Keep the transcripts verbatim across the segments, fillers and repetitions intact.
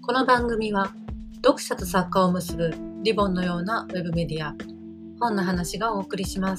この番組は読者と作家を結ぶリボンのようなウェブメディア、本の話がお送りします。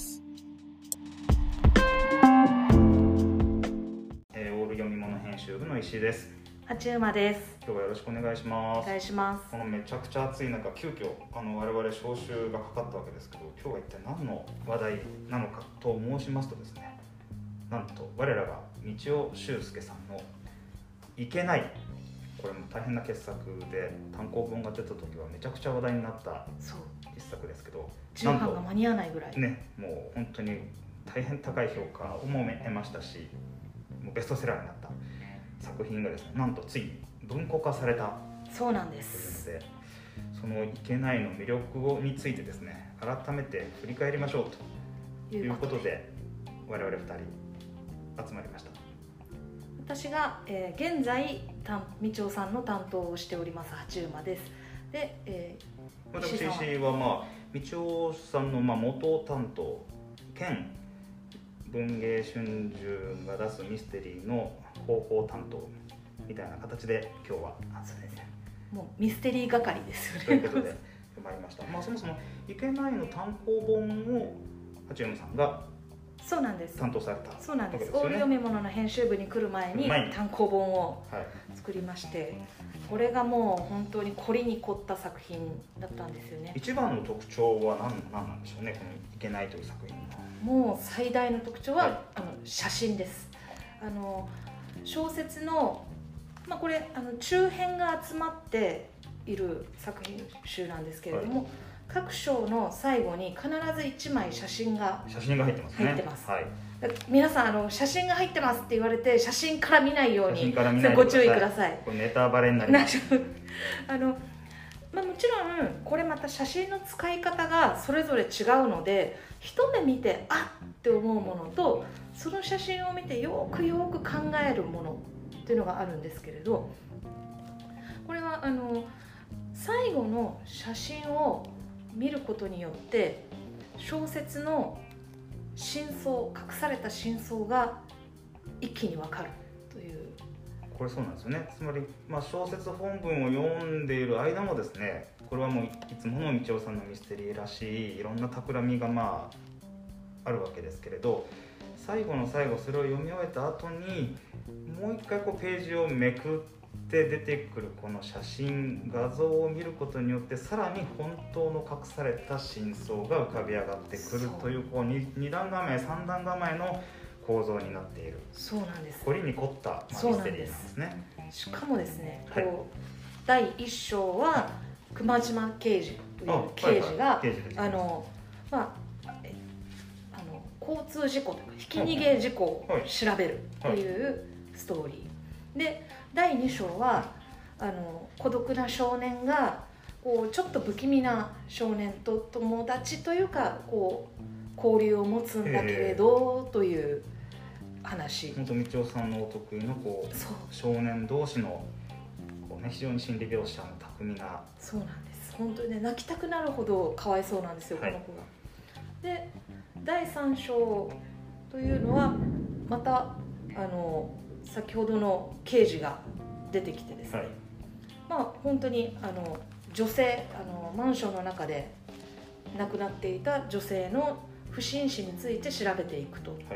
えー、オール読み物編集部の石井です。 八馬です。 今日はよろしくお願いします。 お願いします。 このめちゃくちゃ暑い中、急遽あの我々招集がかかったわけですけど、今日は一体何の話題なのかと申しますとですね、なんと我らが道尾修介さんのいけない、これも大変な傑作で、単行本が出た時はめちゃくちゃ話題になった一作ですけど、 重版が間に合わないぐらいね、もう本当に大変高い評価をも得ましたし、もうベストセラーになった作品がですね、なんとついに文庫化された。 そうなんです。 というので、そのいけないの魅力をについてですね、改めて振り返りましょうということで、我々ふたり集まりました。 私が、えー、現在道尾さんの担当をしております八馬です。で、えー、私石井は、まあ、道尾さんの、まあ、元担当兼文芸春秋が出すミステリーの広報担当みたいな形で今日はそうですね、もうミステリー係ですよね。 ということで参りました。まあ、そもそもいけないの単行本を八馬さんがそうなんです担当された、 そうなんです。オール読み物の編集部に来る前に単行本を作りまして、はい、これがもう本当に凝りに凝った作品だったんですよね。 一番の特徴は 何, 何なんでしょうね、このいけないという作品の。 もう最大の特徴は、はい、あの写真です。あの小説の、まあ、これあの中編が集まっている作品集なんですけれども、はい、各章の最後に必ずいちまい写真が写真が入ってますね。 入ってます、 はい、 皆さんあの写真が入ってますって言われて写真から見ないようにご注意ください。 これネタバレになりますあの、まあ、もちろんこれまた写真の使い方がそれぞれ違うので、一目見てあっって思うものと、その写真を見てよくよく考えるものっていうのがあるんですけれど、これはあの最後の写真を見ることによって小説の真相、隠された真相が一気に分かるという。 これそうなんですよね。つまり、まあ、小説本文を読んでいる間もですね、これはもういつもの道尾さんのミステリーらしいいろんな企みがまああるわけですけれど、最後の最後それを読み終えた後にもう一回こうページをめくって出てくるこの写真、画像を見ることによってさらに本当の隠された真相が浮かび上がってくるという、こう 2, 2段構えさん段構えの構造になっている。 そうなんです。 凝りに凝った、まあ、ミステリーなんですね。 しかもですね、 はい、 こうだいいっ章は熊島刑事という刑事があのまあ交通事故とかひき逃げ事故を調べるというストーリーで、だいに章はあの孤独な少年がこうちょっと不気味な少年と友達というかこう交流を持つんだけれどという話。 本当道尾さんのお得意のこう少年同士のこう、ね、非常に心理描写の巧みな。 そうなんです。本当にね、泣きたくなるほどかわいそうなんですよ、はい、この子が。でだいさん章というのはまたあの先ほどの刑事が出てきてですね、はい、まあ本当にあの女性あのマンションの中で亡くなっていた女性の不審死について調べていくという、はい、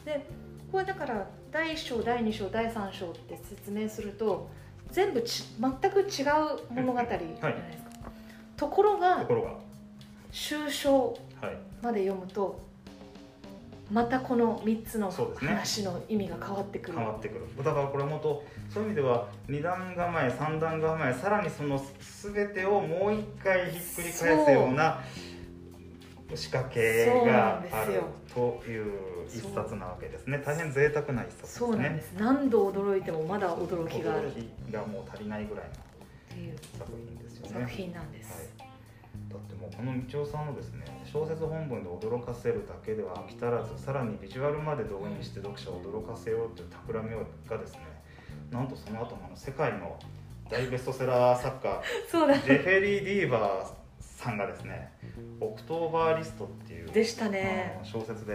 でこれだからだいいっ章だいに章だいさん章って説明すると全部ち全く違う物語じゃないですか、はい、ところが終章まで読むとまたこのみっつの話の意味が変わってくる、 ね、変わってくる。だからこれもとそういう意味ではに段構えさん段構え、さらにその全てをもう一回ひっくり返すような仕掛けがあるという一冊なわけですね。大変贅沢な一冊ですね。 そうなんです。何度驚いてもまだ驚きがある。 驚きがもう足りないぐらいの作品ですよね。 作品なんです。はい、 だってもうこの道尾さんのですね、小説本文で驚かせるだけでは飽き足らず、さらにビジュアルまで動員して読者を驚かせようという企みがですね、なんとその後の世界の大ベストセラー作家そうだジェフェリー・ディーバーさんがですね、オクトーバーリストっていうでしたね、 小説で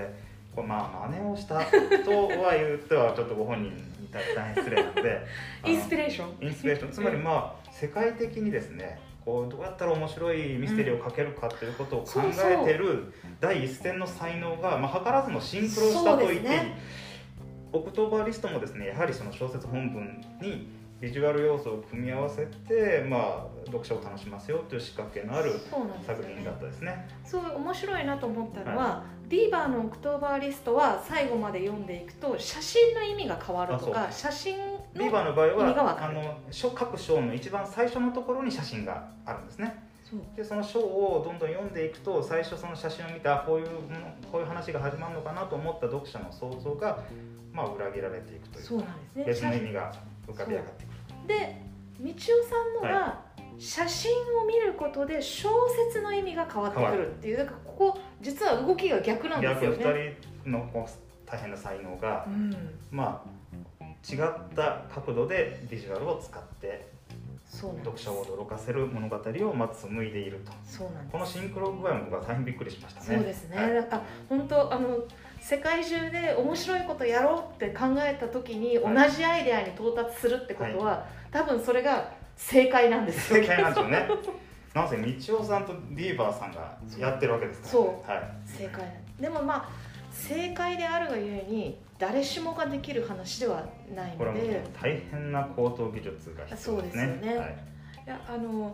これまあ真似をしたとは言ってはちょっとご本人に大変失礼なのでインスピレーションインスピレーションつまりまあ世界的にですねこうどうやったら面白いミステリーを書けるかということを考えてる第一線の才能が、まあ、図らずもシンクロしたと言っていい、ね、オクトーバーリストもですねやはりその小説本文にビジュアル要素を組み合わせて、まあ、読者を楽しませようという仕掛けのある作品だったですね。 そう面白いなと思ったのは、はい、ディーバーのオクトーバーリストは最後まで読んでいくと写真の意味が変わるとか写真のディーバーの場合はあの各章の一番最初のところに写真があるんですね。そうでその章をどんどん読んでいくと最初その写真を見たこういうこういう話が始まるのかなと思った読者の想像が、まあ、裏切られていくというそうなんですね。 別の意味が浮かび上がっていく。 で道夫さんのは、はい、写真を見ることで小説の意味が変わってくるっていうだからここ実は動きが逆なんですよね。 逆ふたりの大変な才能が、うん、まあ違った角度でビジュアルを使って読者を驚かせる物語をまず紡いでいると。 そうなんです。 このシンクロ具合も僕は大変びっくりしましたね。 そうですね、 はい、 あ本当あの世界中で面白いことやろうって考えた時に同じアイデアに到達するってことは、はい、多分それが正解なんですよ。 正解なんですよね。なぜ道夫さんとディーバーさんがやってるわけですから、ね、 そう、はい、正解なんです。でもまあ正解であるがゆえに誰しもができる話ではないので、 これはもう大変な高等技術が必要ですね。 そうですよね、はい、いやあの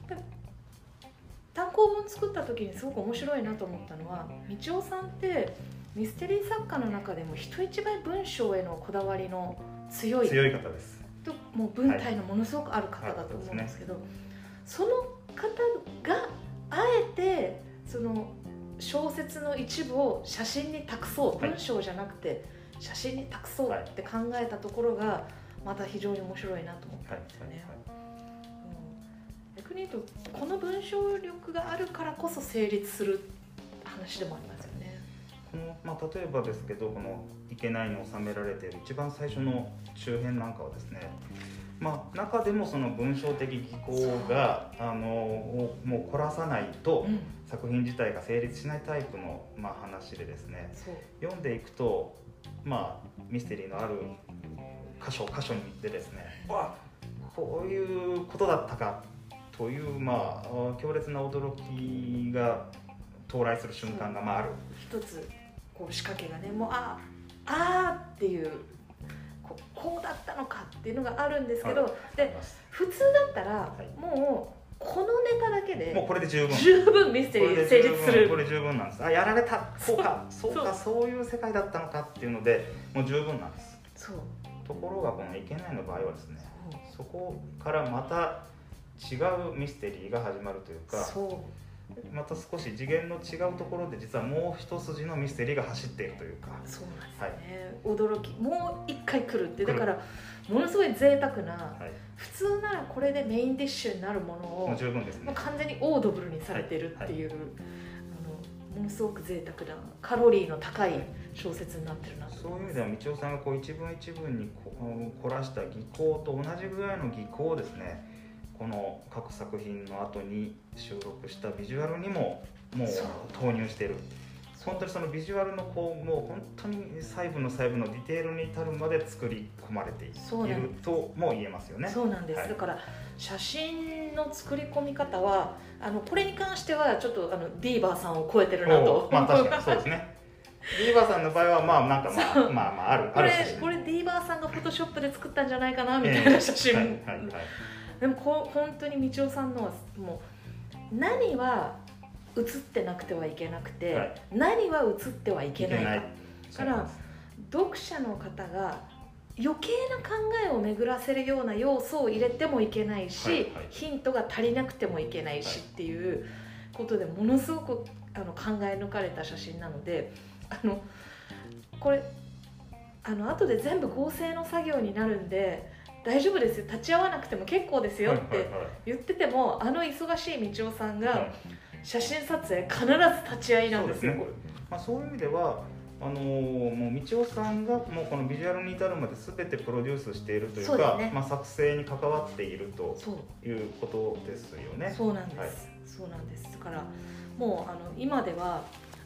単行本作った時にすごく面白いなと思ったのは道夫さんってミステリー作家の中でも人一倍文章へのこだわりの強い強い方ですともう文体のものすごくある方だと思うんですけど、はいはい、その方があえてその小説の一部を写真に託そう、文章じゃなくて写真に託そうって考えたところがまた非常に面白いなと思ったんですよね。逆に言うとこの文章力があるからこそ成立する話でもありますよね。 このまあ、例えばですけどこの「いけない」に収められている一番最初の中編なんかはですね、まあ、中でもその文章的技巧があのもう凝らさないと、うん、作品自体が成立しないタイプの、まあ、話でですね読んでいくと、まあ、ミステリーのある箇所箇所に行ってですねわこういうことだったかという、まあ、強烈な驚きが到来する瞬間がまあある。 一つこう仕掛けがねもうああーっていうこう、こうだったのかっていうのがあるんですけど、で普通だったら、はい、もうこのネタだけでもうこれで十分十分ミステリー成立する。 これ十分なんです。あやられたそうかそうかそういう世界だったのかっていうのでもう十分なんです。 そうところがこの「いけない」の場合はですね そ, そこからまた違うミステリーが始まるというかそうまた少し次元の違うところで実はもう一筋のミステリーが走っているというかそうなんですね、はい、驚きもう一回来るってだからものすごい贅沢な、はい、普通ならこれでメインディッシュになるものをもう十分ですね、 もう完全にオードブルにされてるっていう、はいはい、あのものすごく贅沢なカロリーの高い小説になってるなとそういう意味では道夫さんがこう一文一文にこ凝らした技巧と同じぐらいの技巧をですねこの各作品の後に収録したビジュアルにももう投入している。本当にそのビジュアルのこうもう本当に細部の細部のディテールに至るまで作り込まれているとも言えますよね。 そうなんです、はい、だから写真の作り込み方はあのこれに関してはちょっとあのディーバーさんを超えてるなと。 まあ確かにそうですね。ディーバーさんの場合はまあなんかまあまあまああるこれある写真これディーバーさんがフォトショップで作ったんじゃないかなみたいな写真、えーはいはいはい、でもこ本当に道夫さんのはもう何は映ってなくてはいけなくて、はい、何は映ってはいけないかだから読者の方が余計な考えを巡らせるような要素を入れてもいけないし、はいはい、ヒントが足りなくてもいけないしっていうことでものすごくあの考え抜かれた写真なのであのこれあの後で全部合成の作業になるんで大丈夫ですよ立ち会わなくても結構ですよって言ってても、はいはいはい、あの忙しい道夫さんが写真撮影必ず立ち会いなんですよ。 そうですね、まあ、そういう意味ではあのー、もう道夫さんがもうこのビジュアルに至るまで全てプロデュースしているというか、ねまあ、作成に関わっているということですよね。 そうなんです、はい、そうなんです。だからもうあの今では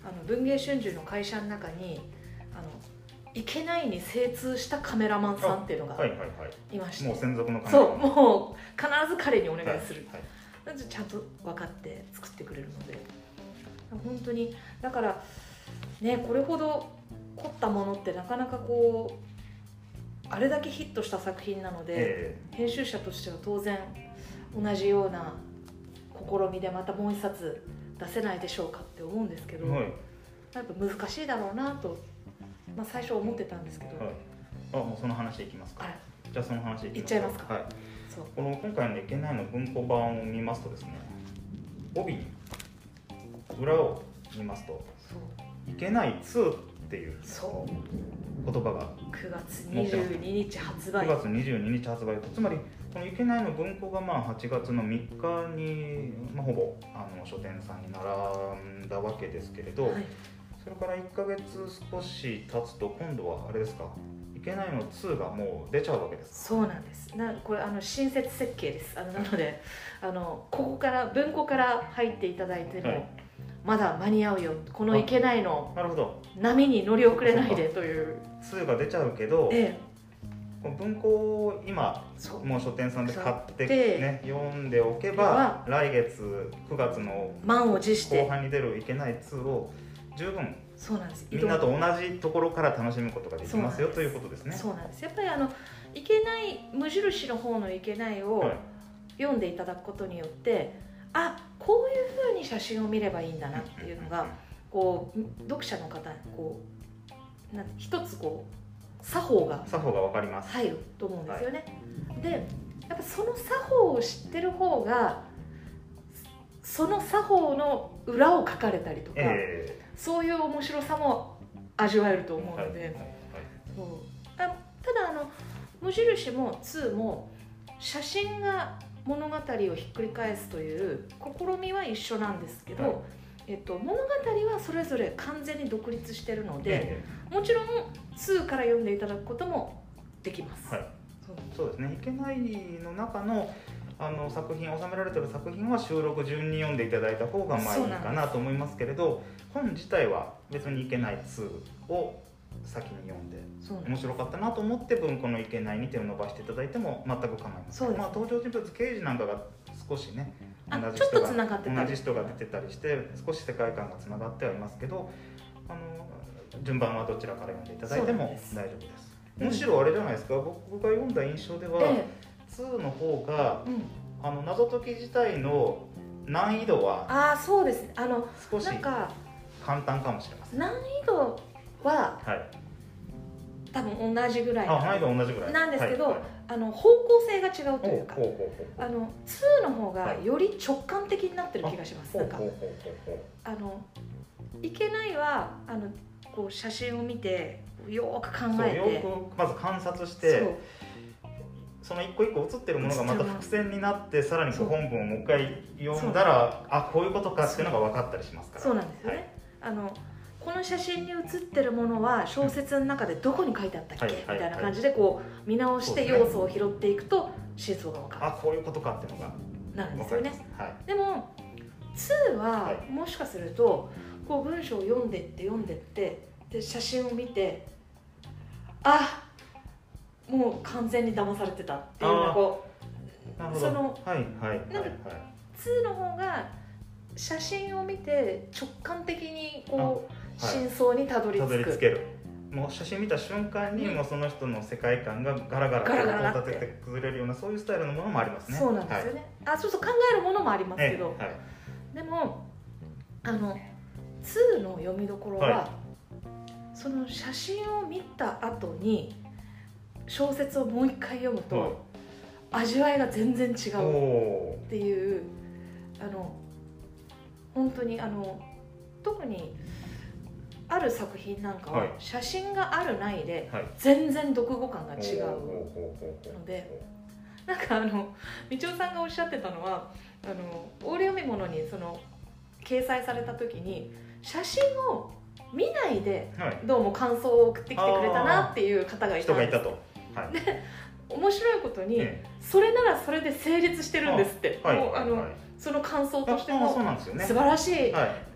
あの文藝春秋の会社の中にあの池内に精通したカメラマンさんっていうのがはいはいはいいまして、 もう専属のカメラそうもう必ず彼にお願いする、 はいはいなんでちゃんと分かって作ってくれるので、本当にだからね、これほど凝ったものってなかなかこうあれだけヒットした作品なので、 え編集者としては当然同じような試みでまたもう一冊出せないでしょうかって思うんですけど、 ーはいやっぱ難しいだろうなと、まあ、最初思ってたんですけど、 はい、あもうその話いきますか。 あれじゃあその話いきますか。 いっちゃいますか。 はい、 そうこの今回のいけないの文庫版を見ますとですね、帯に裏を見ますとそういけないツーっていうそう言葉がくがつにじゅうににち発売、 くがつにじゅうににち発売、つまりこのいけないの文庫がまあはちがつのみっかに、まあ、ほぼあの書店さんに並んだわけですけれど、 はい、 それからいっかげつ少し経つと今度はあれですか、いけないのツーがもう出ちゃうわけですか。 そうなんです。なこれあの新設設計です。あのなのであのここから文庫から入っていただいても、 はい、 まだ間に合うよ、このいけないのなるほど、 波に乗り遅れないでという。 ツーが出ちゃうけど、 えこの文庫を今そうもう書店さんで買って、 でね、読んでおけば来月くがつの満を持して後半に出るいけないツーを十分そうなんです。 みんなと同じところから楽しむことができますよそうなんですということですね。 そうなんです。やっぱりあのいけない無印の方のいけないをはい読んでいただくことによって、あ、こういう風に写真を見ればいいんだなっていうのがこう読者の方にこうなんて一つこう作法が作法がわかります。 入ると思うんですよね、はい、でやっぱその作法を知ってる方がその作法の裏を書かれたりとか、 えそういう面白さも味わえると思うので、 はいはいはい、 そうあただあの無印もツーも写真が物語をひっくり返すという試みは一緒なんですけど、はい、えっと、物語はそれぞれ完全に独立しているので、えー、もちろんツーから読んでいただくこともできます、 はい、そう、そうですね。いけないの中のあの作品、収められている作品は収録順に読んでいただいた方がまあいいかなと思いますけれど、本自体は別にいけないツーを先に読んで面白かったなと思って文庫のいけないに手を伸ばしていただいても全く構いません。まあ、登場人物刑事なんかが少しね同じ人が同じ人が出てたりして少し世界観がつながってはいますけど、あの順番はどちらから読んでいただいても大丈夫です。むしろあれじゃないですか、僕が読んだ印象では、ええ、ツーの方が、うん、あの謎解き自体の難易度はあそうですね、あの少し簡単かもしれません。 難易度は、はい、多分同じぐらい難易度同じぐらいなんですけど、はいはい、あの方向性が違うというか、あのツーの方がより直感的になってる気がします。なんかあのいけないはあのこう写真を見てよく考えて、 よくまず観察して、その一個一個写ってるものがまた伏線になってさらに本文をもう一回読んだらあこういうことかっていうのが分かったりしますから。 そうなんですよね、はい、あのこの写真に写ってるものは小説の中でどこに書いてあったっけ、うん、みたいな感じでこう見直して要素を拾っていくと真相が分かる、 あこういうことかっていうのがなんですよね、 はい、 でもツーはもしかするとこう文章を読んでって読んでってで写真を見てあもう完全に騙されてたっていうのがこうそのはいはいなんかツーの方が写真を見て直感的にこう真相にたどり着く、 たどり着ける。もう写真見た瞬間に、うん、もうその人の世界観がガラガラと立てて崩れるようなそういうスタイルのものもありますね。 そうなんですよね、はい、あそうそう考えるものもありますけど、はい、でもあのツーの読みどころは、はい、その写真を見た後に小説をもう一回読むと、はい、味わいが全然違うっていうあの本当にあの特にある作品なんかは写真があるないで全然読後感が違うので、なんかあのみちおさんがおっしゃってたのはあのオール読み物にその掲載された時に写真を見ないでどうも感想を送ってきてくれたなっていう方がいたんです。 人がいたと、はい、で面白いことに、ええ、それならそれで成立してるんですって、もうあのその感想としても素晴らしい、はい、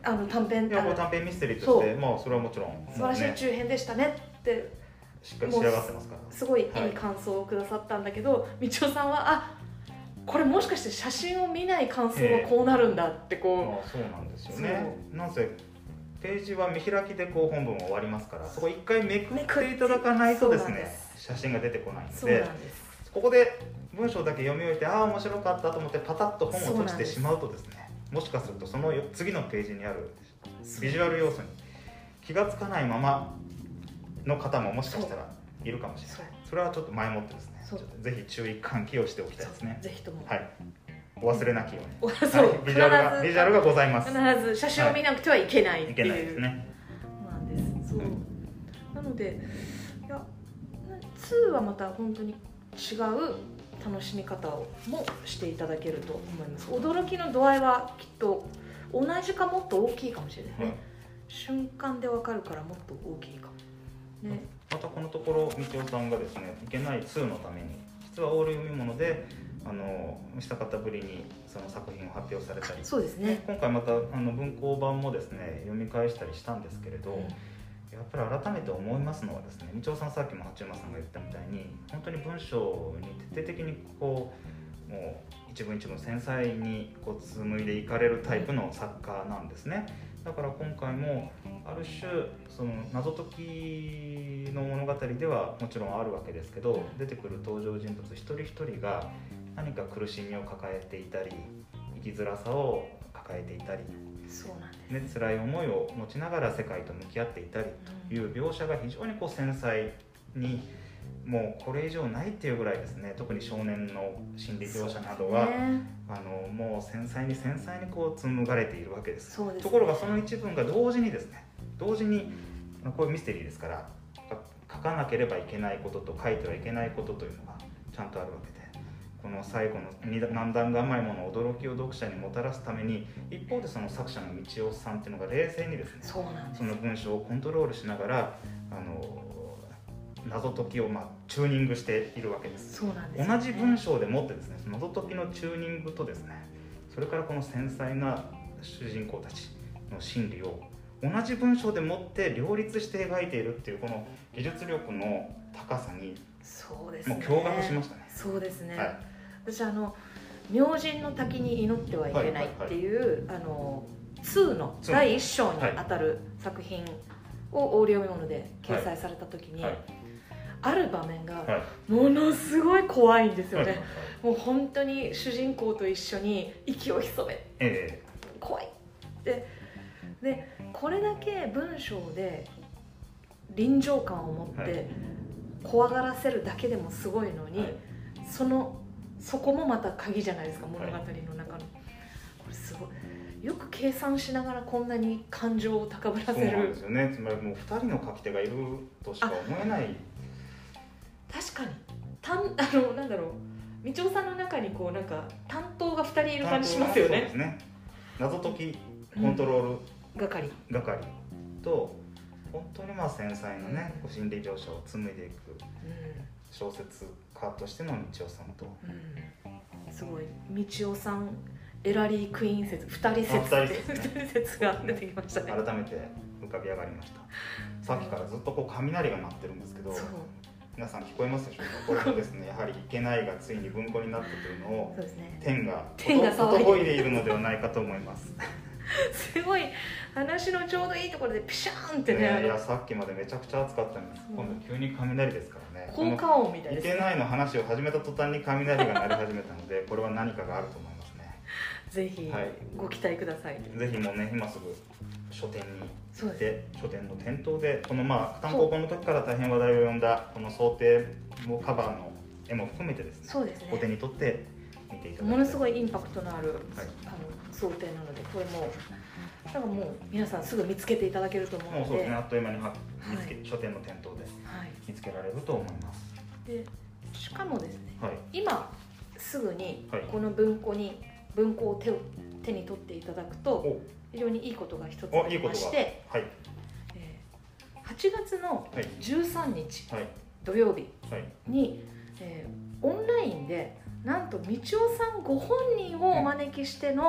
あの短編いやこれ短編ミステリーとしてまあそれはもちろん素晴らしい中編でしたねってしっかり仕上がってますからすごいいい感想をくださったんだけど、はい、道夫さんはあこれもしかして写真を見ない感想はこうなるんだってこう、 まあ、そうなんですよね。なんせページは見開きでこう本文は終わりますからそこ一回めくっていただかないとですね写真が出てこないのでそうなんです。 ここで文章だけ読み終えてああ面白かったと思ってパタッと本を閉じてしまうとですねもしかするとその次のページにあるビジュアル要素に気がつかないままの方ももしかしたらいるかもしれない。 そ, それはちょっと前もってですねちょっとぜひ注意喚起をしておきたいですね。 ぜひとも、 はい、お忘れなきように、 そう、 はい、ビジュアルがビジュアルがございます。 必ず写真を見なくてはいけないっていう、 はい、いけないですね。 なんです。そう、うん、なのでいやにはまた本当に違う楽しみ方をもしていただけると思います。驚きの度合いはきっと同じかもっと大きいかもしれないね、はい、瞬間でわかるからもっと大きいかも、ね、 またこのところみちおさんがですねいけないにのために実はオール読み物であの久方ぶりにその作品を発表されたりそうですね、 今回またあの文庫版もですね読み返したりしたんですけれど、うん、やっぱり改めて思いますのはですねみちおさんさっきも八馬さんが言ったみたいに本当に文章に徹底的にこうもう一文一文繊細にこう紡いでいかれるタイプの作家なんですね。だから今回もある種その謎解きの物語ではもちろんあるわけですけど出てくる登場人物一人一人が何か苦しみを抱えていたり生きづらさを抱えていたりそうなんです、 ね、辛い思いを持ちながら世界と向き合っていたりという描写が非常にこう繊細にもうこれ以上ないっていうぐらいですね。特に少年の心理描写などは、ね、あのもう繊細に繊細にこう紡がれているわけです。 そうですね、 ところがその一文が同時にですね同時にこういうミステリーですから書かなければいけないことと書いてはいけないことというのがちゃんとあるわけでこの最後の何段が甘いもの驚きを読者にもたらすために一方でその作者の道夫さんっていうのが冷静にですねそうなんです。 その文章をコントロールしながらあの謎解きをまあチューニングしているわけです。 そうなんですね、 同じ文章でもってですね謎解きのチューニングとですねそれからこの繊細な主人公たちの心理を同じ文章でもって両立して描いているっていうこの技術力の高さにそうですねもう驚愕しましたね。 そうですね、 はい、 私あの明神の滝に祈ってはいけないっていう、はいはいはい、あのにのだいいっ章にあたる作品をオール読み物で掲載された時に、はいはい、ある場面がものすごい怖いんですよね、はいはいはい、もう本当に主人公と一緒に息を潜め、えー、怖いででこれだけ文章で臨場感を持って怖がらせるだけでもすごいのに、はい、そのそこもまた鍵じゃないですか物語の中の、はい、これすごいよく計算しながらこんなに感情を高ぶらせる。 そうなんですよね。つまりもうふたりの書き手がいるとしか思えない。 確かにたんあのなんだろう道夫さんの中にこうなんか担当がふたりいる感じしますよね。 そうですね。謎解きコントロール、うん係係と本当にまあ繊細なね、うん、心理描写を紡いでいく小説家としての道夫さんと、 うん、すごい道夫さんエラリークイーン説ふたり説ふたり説、ね、 ふたり説が出てきましたね。 改めて浮かび上がりました。さっきからずっとこう雷が鳴ってるんですけど皆さん聞こえますでしょうか。これもですねやはりいけないがついに文庫になったというのをそうです、ね、天が驚いているのではないかと思いますすごい話のちょうどいいところでピシャーンってね、 ねいやさっきまでめちゃくちゃ暑かったんです、うん、今度急に雷ですからね効果音みたいですね。 いけないの話を始めた途端に雷が鳴り始めたのでこれは何かがあると思いますね。 ぜひご期待ください、はい、 ぜひもうね今すぐ書店に行って書店の店頭でこのまあ単行本の時から大変話題を呼んだこの想定もカバーの絵も含めてですね、 そうですねお手に取って見ていただきたい。 ものすごいインパクトのある、はい、あの想定なのでこれもだからもう皆さんすぐ見つけていただけると思うので、 もうそうですねあっという間に見つけ、はい、書店の店頭で見つけられると思います、 はい、でしかもですね、 はい、 今すぐにこの文庫に文庫を 手, を手に取っていただくと非常にいいことが一つありまして、はいえー、はちがつのじゅうさんにち、はい、土曜日に、はいえー、オンラインでなんと道夫さんご本人をお招きしての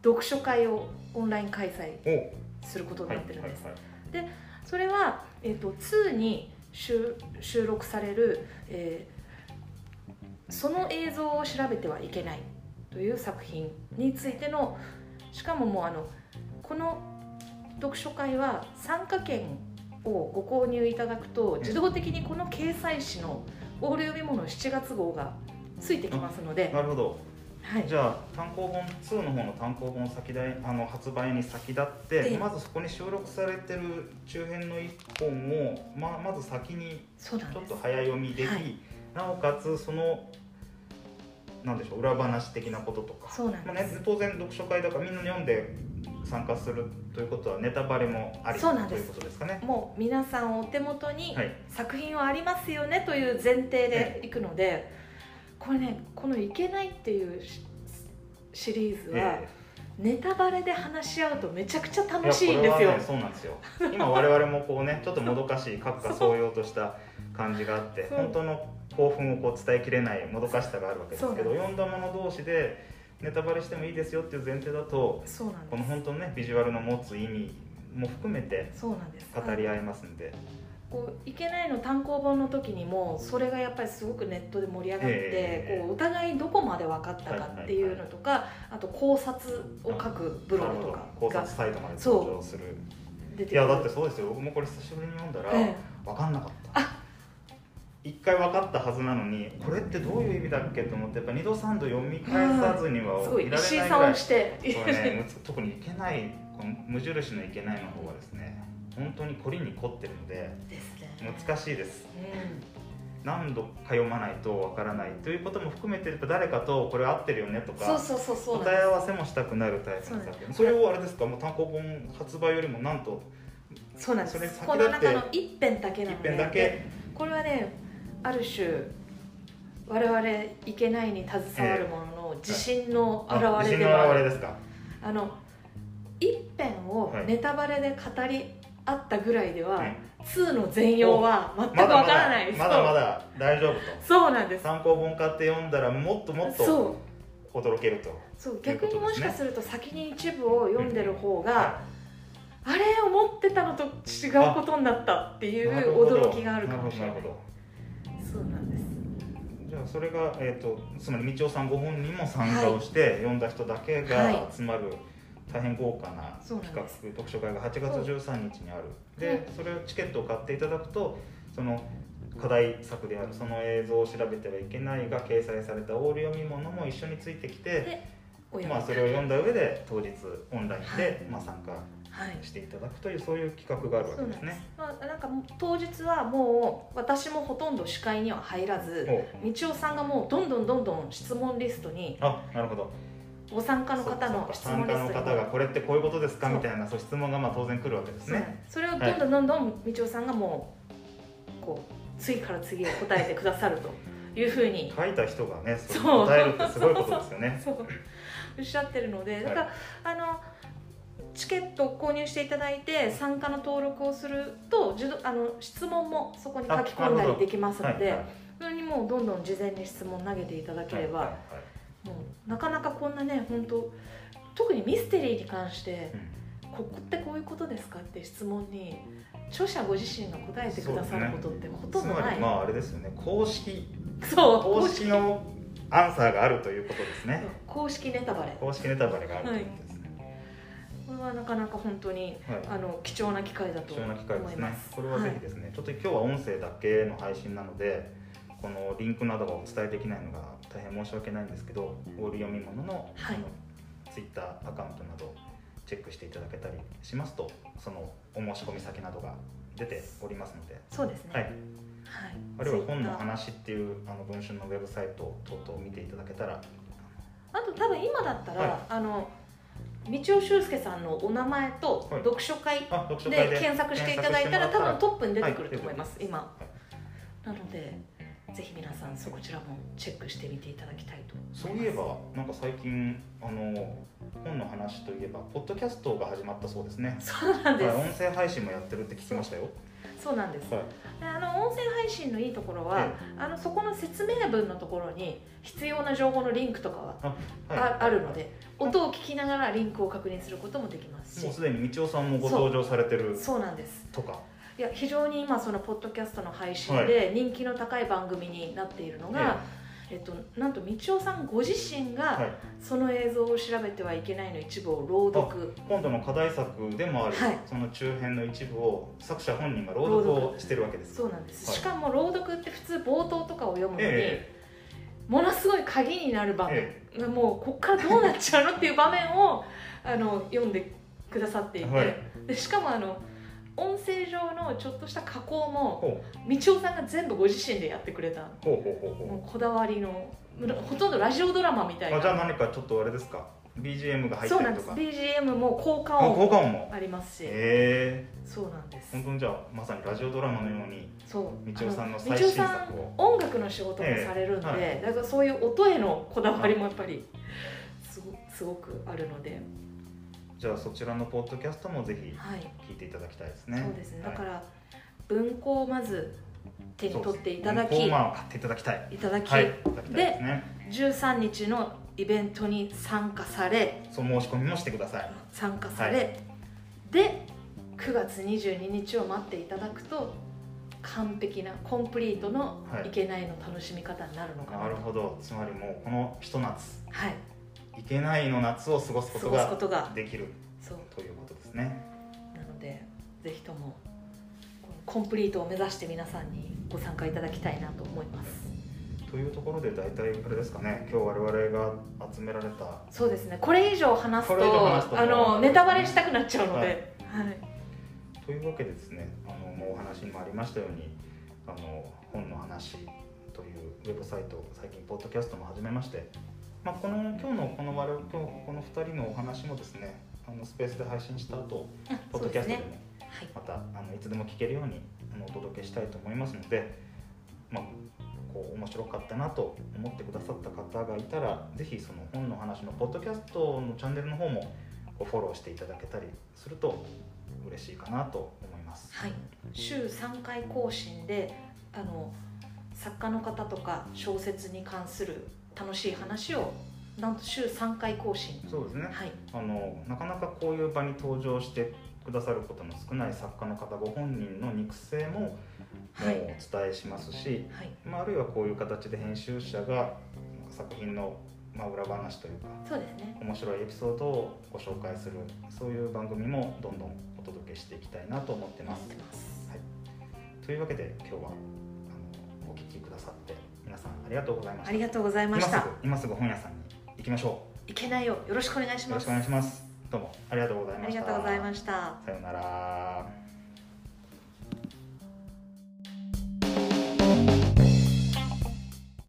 読書会をオンライン開催おすることになってるんです。 はいでそれは、えー、とにに 収, 収録される、えー、その映像を調べてはいけないという作品についての、しかももうあのこの読書会は参加券をご購入いただくと自動的にこの掲載誌のオール読み物しちがつ号がついてきますので、 なるほど、 はい、 じゃあ単行本ツーの方の単行本先だあの発売に先立ってまずそこに収録されてる中編のいっぽんを、まあ、まず先にちょっと早読みでき、はい、なおかつそのなんでしょう裏話的なこととか、 そうなんです、 まあね、当然読書会だからみんな読んで参加するということはネタバレもありということですかね。 もう皆さんお手元に作品はありますよねという前提でいくので、はい、これねこの「いけない」っていうシリーズはネタバレで話し合うとめちゃくちゃ楽しいんですよ。 いやこれはねそうなんですよ。今我々もこうねちょっともどかしい閣下総要とした感じがあって本当の興奮をこう伝えきれないもどかしさがあるわけですけど、読んだ者同士でネタバレしてもいいですよっていう前提だとそうなんです、 この本当のねビジュアルの持つ意味も含めて語り合いますんで、 こういけないの単行本の時にもそれがやっぱりすごくネットで盛り上がって、えー、こうお互いどこまで分かったかっていうのとか、はいはいはい、あと考察を書くブログとか考察サイトまで登場する。いやだってそうですよ、僕もこれ久しぶりに読んだら、えー、分かんなかった。一回分かったはずなのにこれってどういう意味だっけと思ってやっぱ二度三度読み返さずにはいられないぐらい、してこれ、ね、特にいけないこの無印のいけないの方はですね本当に凝りに凝ってるので難しいです、うん、何度か読まないと分からないということも含めて誰かとこれ合ってるよねとか答え合わせもしたくなるタイプの作品。それをあれですかもう単行本発売よりもなんとそうなんです。この中の一編だけなので、 一編だけこれはねある種我々いけないに携わるものの自信の表れでもある。あの一編をネタバレで語り合ったぐらいでは、はい、にの全容は全くわからないです。 まだまだ大丈夫と。 そうなんです。 単行本買って読んだらもっともっと驚けると。 そう、逆にもしかすると先に一部を読んでる方が、うん、あれ思ってたのと違うことになったっていう驚きがあるかもしれない。そうなんです。 じゃあそれが、えーと、つまり道夫さんご本人も参加をして、はい、読んだ人だけが集まる大変豪華な企画、読書会がはちがつじゅうさんにちにある。で、それをチケットを買っていただくとその課題作であるその映像を調べてはいけないが掲載されたオール読み物も一緒についてきて、まあ、それを読んだ上で当日オンラインで、はい、まあ、参加していただくという、そういう企画があるわけですね。 まあ、なんか当日はもう私もほとんど司会には入らず、道夫さんがもうどんどんどんどん質問リストに、 あ、なるほど、 ご参加の方の質問リストに、 参加の方がこれってこういうことですかみたいなそう質問がまあ当然来るわけですね。 それをどんどんどんどん道夫さんがもうこう次から次へ答えてくださるというふうに書いた人がねそう答えるってすごいことですよね。 そうおっしゃってるので、だから、はい、あのチケットを購入していただいて参加の登録をするとあの質問もそこに書き込んだりできますので、はいはい、それにもうどんどん事前に質問投げていただければ、はいはいはい、もうなかなかこんなね本当特にミステリーに関して、うん、ここってこういうことですかって質問に著者ご自身が答えてくださることってほとんどない。 つまりまああれですよね、公式そう公式のアンサーがあるということですね。 公式ネタバレ公式ネタバレがあるということですね。 はい、これはなかなか本当に、はい、あの貴重な機会だと思います。貴重な機会ですね。 これはぜひですね、はい、ちょっと今日は音声だけの配信なのでこのリンクなどがお伝えできないのが大変申し訳ないんですけど、オール読み物の、はい、ツイッターアカウントなどチェックしていただけたりしますと、そのお申し込み先などが出ておりますので、 そうですね、 はいはい、あるいは本の話っていうあの文春のウェブサイト等々を見ていただけたら、 あと多分今だったら、はい、あの道尾修介さんのお名前と読書会で検索していただいたら多分トップに出てくると思います、はい、今、はい、なのでぜひ皆さんそこちらもチェックしてみていただきたいと思います。 そういえばなんか最近あの本の話といえばポッドキャストが始まったそうですね。 そうなんです、 音声配信もやってるって聞きましたよ。 そうなんです、 はい、 であの音声配信のいいところは、 えあのそこの説明文のところに必要な情報のリンクとかはあ,、 はい、 あるので、音を聞きながらリンクを確認することもできますし、 もうすでに道夫さんもご登場されてるそうなんですとか、 いや非常に今そのポッドキャストの配信で人気の高い番組になっているのが、はい、えっと、なんと道夫さんご自身がその映像を調べてはいけないの一部を朗読、 今度の課題作でもある、はい、その中編の一部を作者本人が朗読をしてるわけです。 そうなんです、はい、しかも朗読って普通冒頭とかを読むのに、えー、ものすごい鍵になる場面、えー、もうこっからどうなっちゃうのっていう場面をあの読んでくださっていて、はい、でしかもあの音声上のちょっとした加工も道夫さんが全部ご自身でやってくれた、 ほうほうほうほう、 もうこだわりのほとんどラジオドラマみたいな。 あ、じゃあ何かちょっとあれですか、 ビージーエム が入ったりとか。 そうなんです、 ビージーエム も効果音もありますし、 へー、 そうなんです。 本当にじゃあまさにラジオドラマのようにそう道夫さんの最新作を、 音楽の仕事もされるんで、えーはい、だからそういう音へのこだわりもやっぱりす ご, すごくあるので、 じゃあそちらのポッドキャストもぜひ聞いていただきたいですね。 はい、そうですね、だから文庫をまず手に取っていただき、 文庫を買っていただきたいいただき、 はい、いただきたいですね。 でじゅうさんにちのイベントに参加され、 そう申し込みもしてください。 参加され、はい、でくがつにじゅうににちを待っていただくと完璧なコンプリートのいけないの楽しみ方になるのかな、はい、 なるほど。つまりもうこのひと夏、 はい、 いけないの夏を過ごすことができるそうということですね。 なのでぜひともコンプリートを目指して皆さんにご参加いただきたいなと思います。 というところで大体あれですかね、今日我々が集められた、 そうですね、これ以上話すとあのネタバレしたくなっちゃうので、はいはい、 というわけでですね、あのもうお話にもありましたように、あの本の話というウェブサイト、最近ポッドキャストも始めまして、まあ、この今日のこの我々今日このふたりのお話もですね、あのスペースで配信した後、ポッドキャストでもまた、はい、あのいつでも聞けるようにあのお届けしたいと思いますので、まあ、こう面白かったなと思ってくださった方がいたら、ぜひその本の話のポッドキャストのチャンネルの方もこうフォローしていただけたりすると嬉しいかなと思います。 はい、週さんかい更新であの作家の方とか小説に関する楽しい話をなんと週さんかい更新。 そうですね、 はい、 あのなかなかこういう場に登場してくださることの少ない作家の方ご本人の肉声もお伝えしますし、はい、まあ、あるいはこういう形で編集者が作品のまあ裏話というか、 そうですね、 面白いエピソードをご紹介する、そういう番組もどんどんお届けしていきたいなと思ってます。はい、というわけで今日はあのお聞きくださって皆さんありがとうございました。 ありがとうございました。 今すぐ、今すぐ本屋さんに行きましょう。いけないよ、よろしくお願いします。 よろしくお願いします。どうもありがとうございました。 ありがとうございました。 さようなら。